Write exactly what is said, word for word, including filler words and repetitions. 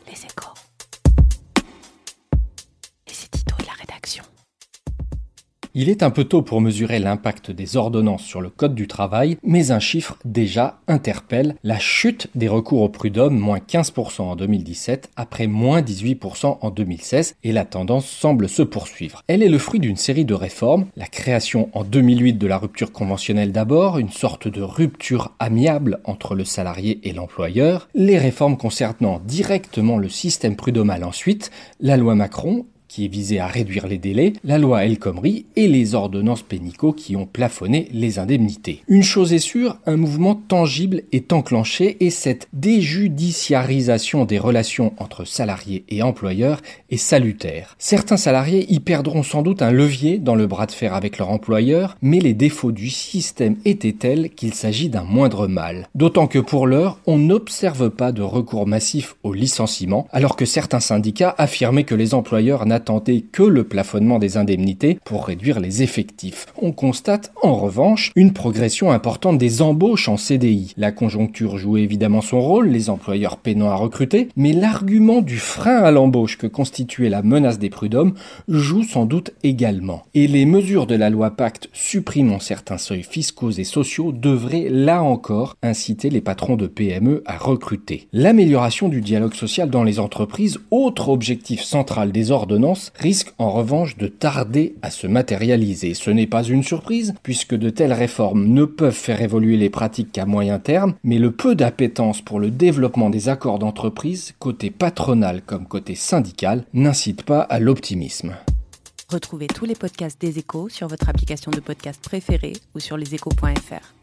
Les Échos. Et c'est Tito et la rédaction. Il est un peu tôt pour mesurer l'impact des ordonnances sur le code du travail, mais un chiffre déjà interpelle, la chute des recours au prud'homme, moins quinze pour cent en deux mille dix-sept, après moins dix-huit pour cent en deux mille seize, et la tendance semble se poursuivre. Elle est le fruit d'une série de réformes, la création en deux mille huit de la rupture conventionnelle d'abord, une sorte de rupture amiable entre le salarié et l'employeur, les réformes concernant directement le système prud'homal ensuite, la loi Macron, qui visait à réduire les délais, la loi El Khomri et les ordonnances Pénicaud qui ont plafonné les indemnités. Une chose est sûre, un mouvement tangible est enclenché et cette déjudiciarisation des relations entre salariés et employeurs est salutaire. Certains salariés y perdront sans doute un levier dans le bras de fer avec leur employeur, mais les défauts du système étaient tels qu'il s'agit d'un moindre mal. D'autant que pour l'heure, on n'observe pas de recours massif au licenciement, alors que certains syndicats affirmaient que les employeurs n'attendaient que le plafonnement des indemnités pour réduire les effectifs. On constate en revanche une progression importante des embauches en C D I. La conjoncture joue évidemment son rôle, les employeurs peinant à recruter, mais l'argument du frein à l'embauche que constituait la menace des prud'hommes joue sans doute également. Et les mesures de la loi Pacte supprimant certains seuils fiscaux et sociaux devraient là encore inciter les patrons de P M E à recruter. L'amélioration du dialogue social dans les entreprises, autre objectif central des ordonnances, risque en revanche de tarder à se matérialiser. Ce n'est pas une surprise, puisque de telles réformes ne peuvent faire évoluer les pratiques qu'à moyen terme, mais le peu d'appétence pour le développement des accords d'entreprise, côté patronal comme côté syndical, n'incite pas à l'optimisme. Retrouvez tous les podcasts des Échos sur votre application de podcast préférée ou sur leséchos point f r.